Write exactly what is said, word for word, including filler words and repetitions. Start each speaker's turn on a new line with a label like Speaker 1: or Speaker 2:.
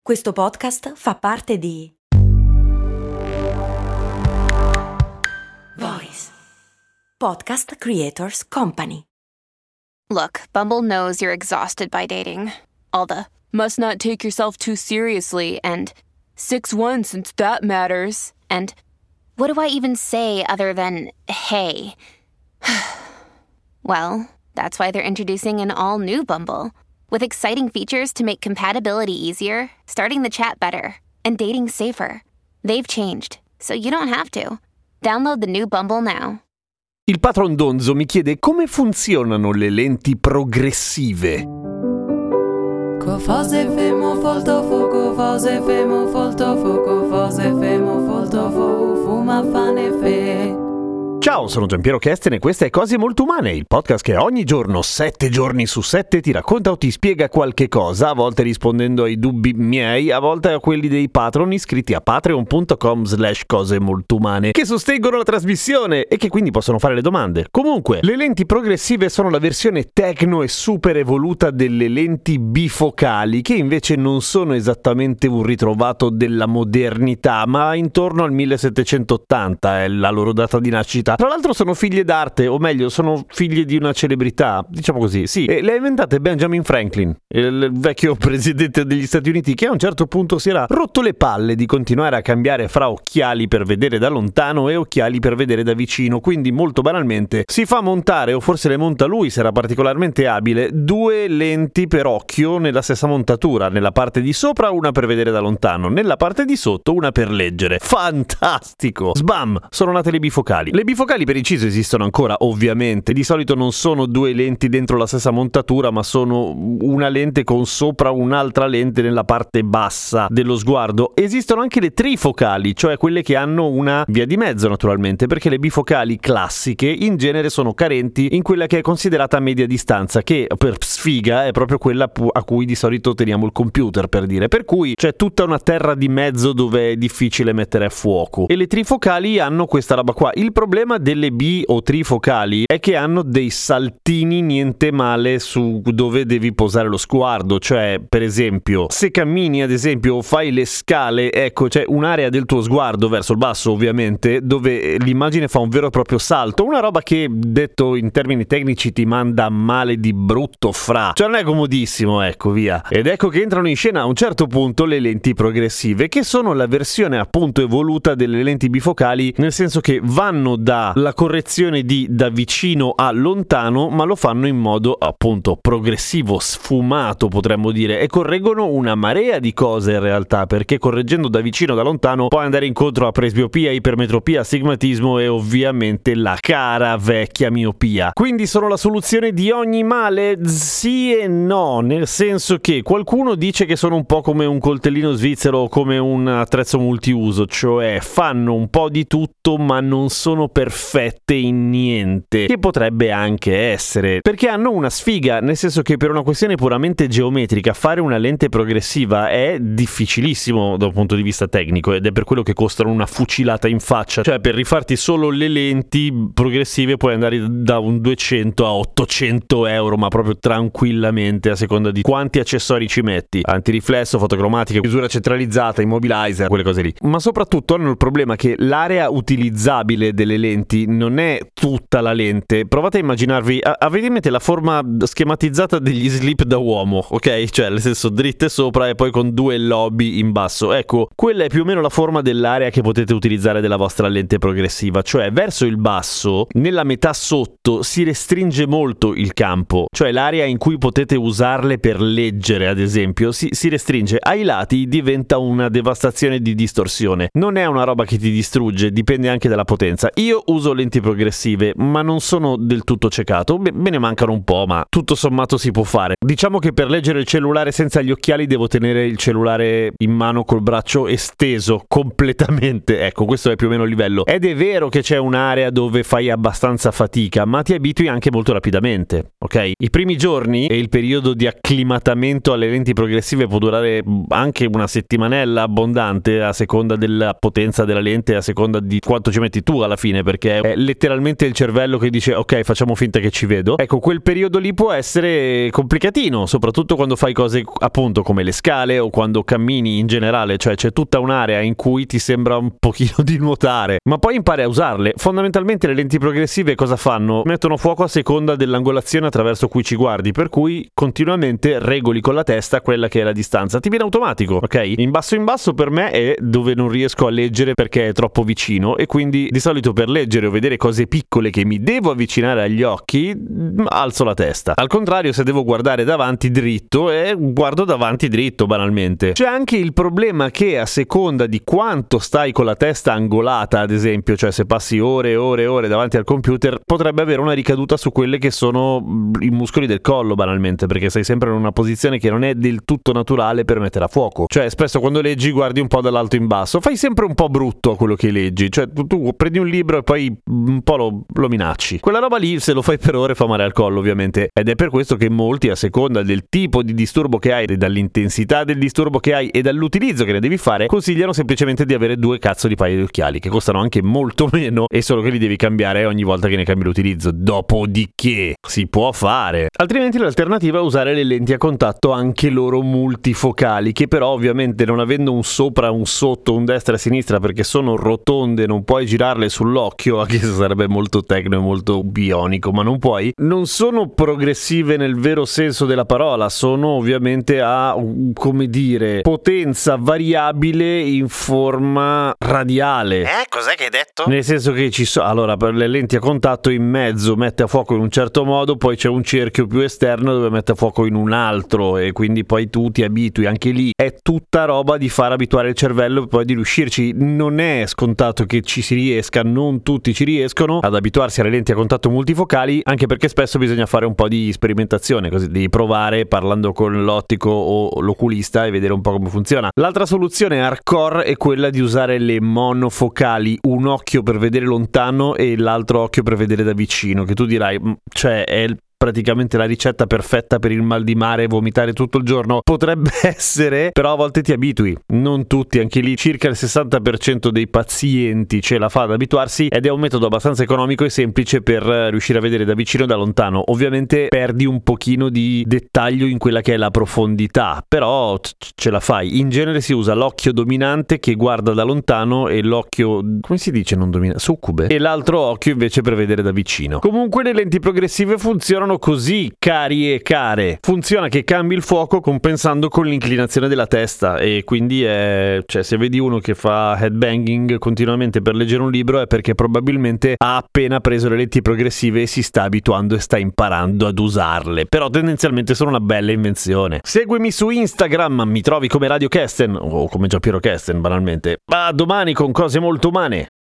Speaker 1: Questo podcast fa parte di Voice Podcast Creators Company.
Speaker 2: Look, Bumble knows you're exhausted by dating. All the must not take yourself too seriously and six one since that matters. And what do I even say other than hey? Well, that's why they're introducing an all-new Bumble. With exciting features to make compatibility easier, starting the chat better, and dating safer. They've changed, so you don't have to. Download the new Bumble now.
Speaker 3: Il patron Donzo mi chiede come funzionano le lenti progressive.
Speaker 4: Fase femo folto fuoco, fase femo folto fuoco, fase femo folto fuoco, fuma fane fe.
Speaker 3: Ciao, sono Giampiero Kesten e questa è Cose Molto Umane, il podcast che ogni giorno, sette giorni su sette, ti racconta o ti spiega qualche cosa, a volte rispondendo ai dubbi miei, a volte a quelli dei patron iscritti a patreon.com slash cose molto umane, che sostengono la trasmissione e che quindi possono fare le domande. Comunque, le lenti progressive sono la versione tecno e super evoluta delle lenti bifocali, che invece non sono esattamente un ritrovato della modernità, ma intorno al millesettecentottanta è la loro data di nascita. Tra l'altro sono figlie d'arte, o meglio, sono figlie di una celebrità, diciamo così, sì. E le ha inventate Benjamin Franklin, il vecchio presidente degli Stati Uniti, che a un certo punto si era rotto le palle di continuare a cambiare fra occhiali per vedere da lontano e occhiali per vedere da vicino. Quindi, molto banalmente, si fa montare, o forse le monta lui se era particolarmente abile, due lenti per occhio nella stessa montatura. Nella parte di sopra una per vedere da lontano, nella parte di sotto una per leggere. Fantastico! Sbam! Sono nate le bifocali. Le bifocali per inciso esistono ancora, ovviamente. Di solito non sono due lenti dentro la stessa montatura, ma sono una lente con sopra un'altra lente nella parte bassa dello sguardo. Esistono anche le trifocali, cioè quelle che hanno una via di mezzo, naturalmente, perché le bifocali classiche in genere sono carenti in quella che è considerata media distanza, che per sfiga è proprio quella a cui di solito teniamo il computer, per dire. Per cui c'è tutta una terra di mezzo dove è difficile mettere a fuoco. E le trifocali hanno questa roba qua. Il problema delle bi o trifocali è che hanno dei saltini niente male su dove devi posare lo sguardo, cioè per esempio se cammini ad esempio o fai le scale, ecco c'è un'area del tuo sguardo verso il basso ovviamente dove l'immagine fa un vero e proprio salto, una roba che detto in termini tecnici ti manda male di brutto fra, cioè non è comodissimo, ecco via. Ed ecco che entrano in scena a un certo punto le lenti progressive, che sono la versione appunto evoluta delle lenti bifocali, nel senso che vanno da la correzione di da vicino a lontano, ma lo fanno in modo appunto progressivo, sfumato potremmo dire, e correggono una marea di cose in realtà, perché correggendo da vicino o da lontano puoi andare incontro a presbiopia, ipermetropia, astigmatismo e ovviamente la cara vecchia miopia. Quindi sono la soluzione di ogni male? Sì e no, nel senso che qualcuno dice che sono un po' come un coltellino svizzero o come un attrezzo multiuso, cioè fanno un po' di tutto ma non sono perfette in niente, che potrebbe anche essere, perché hanno una sfiga, nel senso che per una questione puramente geometrica fare una lente progressiva è difficilissimo da un punto di vista tecnico, ed è per quello che costano una fucilata in faccia, cioè per rifarti solo le lenti progressive puoi andare da un duecento a ottocento euro, ma proprio tranquillamente, a seconda di quanti accessori ci metti, antiriflesso, fotocromatiche, chiusura centralizzata, immobilizer, quelle cose lì. Ma soprattutto hanno il problema che l'area utilizzabile delle lenti non è tutta la lente. Provate a immaginarvi, a- avete in mente la forma schematizzata degli slip da uomo, ok? Cioè nel senso dritte sopra e poi con due lobi in basso. Ecco, quella è più o meno la forma dell'area che potete utilizzare della vostra lente progressiva, cioè verso il basso, nella metà sotto si restringe molto il campo, cioè l'area in cui potete usarle per leggere ad esempio si, si restringe, ai lati diventa una devastazione di distorsione. Non è una roba che ti distrugge, dipende anche dalla potenza. Io uso lenti progressive, ma non sono del tutto ciecato. Beh, me ne mancano un po', ma tutto sommato si può fare. Diciamo che per leggere il cellulare senza gli occhiali devo tenere il cellulare in mano col braccio esteso completamente. Ecco, questo è più o meno il livello. Ed è vero che c'è un'area dove fai abbastanza fatica, ma ti abitui anche molto rapidamente, ok? I primi giorni e il periodo di acclimatamento alle lenti progressive può durare anche una settimanella abbondante, a seconda della potenza della lente, a seconda di quanto ci metti tu alla fine, perché perché è letteralmente il cervello che dice ok, facciamo finta che ci vedo. Ecco, quel periodo lì può essere complicatino, soprattutto quando fai cose appunto come le scale o quando cammini in generale, cioè c'è tutta un'area in cui ti sembra un pochino di nuotare, ma poi impari a usarle. Fondamentalmente le lenti progressive cosa fanno? Mettono fuoco a seconda dell'angolazione attraverso cui ci guardi, per cui continuamente regoli con la testa quella che è la distanza, ti viene automatico, ok? In basso in basso per me è dove non riesco a leggere perché è troppo vicino, e quindi di solito per leggere o vedere cose piccole che mi devo avvicinare agli occhi alzo la testa. Al contrario, se devo guardare davanti dritto, e eh, guardo davanti dritto banalmente. C'è anche il problema che a seconda di quanto stai con la testa angolata, ad esempio, cioè se passi ore e ore e ore davanti al computer, potrebbe avere una ricaduta su quelle che sono i muscoli del collo banalmente, perché sei sempre in una posizione che non è del tutto naturale per mettere a fuoco. Cioè spesso quando leggi guardi un po' dall'alto in basso, fai sempre un po' brutto a quello che leggi, cioè tu, tu prendi un libro e poi un po' lo, lo minacci. Quella roba lì, se lo fai per ore, fa male al collo ovviamente, ed è per questo che molti, a seconda del tipo di disturbo che hai, dall'intensità del disturbo che hai e dall'utilizzo che ne devi fare, consigliano semplicemente di avere due cazzo di paio di occhiali, che costano anche molto meno e solo che li devi cambiare ogni volta che ne cambi l'utilizzo. Dopodiché si può fare. Altrimenti l'alternativa è usare le lenti a contatto, anche loro multifocali, che però ovviamente, non avendo un sopra, un sotto, un destra e sinistra, perché sono rotonde, non puoi girarle sull'occhio, anche se sarebbe molto tecno e molto bionico, ma non puoi. Non sono progressive nel vero senso della parola, sono ovviamente a, come dire, potenza variabile in forma radiale.
Speaker 5: Eh, cos'è che hai detto?
Speaker 3: Nel senso che ci sono, allora, per le lenti a contatto in mezzo mette a fuoco in un certo modo, poi c'è un cerchio più esterno dove mette a fuoco in un altro, e quindi poi tu ti abitui. Anche lì è tutta roba di far abituare il cervello e poi di riuscirci. Non è scontato che ci si riesca, non tutti ci riescono ad abituarsi alle lenti a contatto multifocali, anche perché spesso bisogna fare un po' di sperimentazione, così devi provare parlando con l'ottico o l'oculista e vedere un po' come funziona. L'altra soluzione hardcore è quella di usare le monofocali, un occhio per vedere lontano e l'altro occhio per vedere da vicino, che tu dirai, cioè è il praticamente la ricetta perfetta per il mal di mare e vomitare tutto il giorno. Potrebbe essere, però a volte ti abitui. Non tutti, anche lì circa il sessanta per cento dei pazienti ce la fa ad abituarsi, ed è un metodo abbastanza economico e semplice per riuscire a vedere da vicino e da lontano. Ovviamente perdi un pochino di dettaglio in quella che è la profondità, però ce la fai. In genere si usa l'occhio dominante che guarda da lontano e l'occhio, come si dice non dominante? Succube. E l'altro occhio invece per vedere da vicino. Comunque le lenti progressive funzionano così, cari e care. Funziona che cambi il fuoco compensando con l'inclinazione della testa, e quindi è, cioè, se vedi uno che fa headbanging continuamente per leggere un libro è perché probabilmente ha appena preso le lenti progressive e si sta abituando e sta imparando ad usarle. Però tendenzialmente sono una bella invenzione. Seguimi su Instagram, mi trovi come Radio Kesten o come Giampiero Kesten banalmente. A domani con cose molto umane.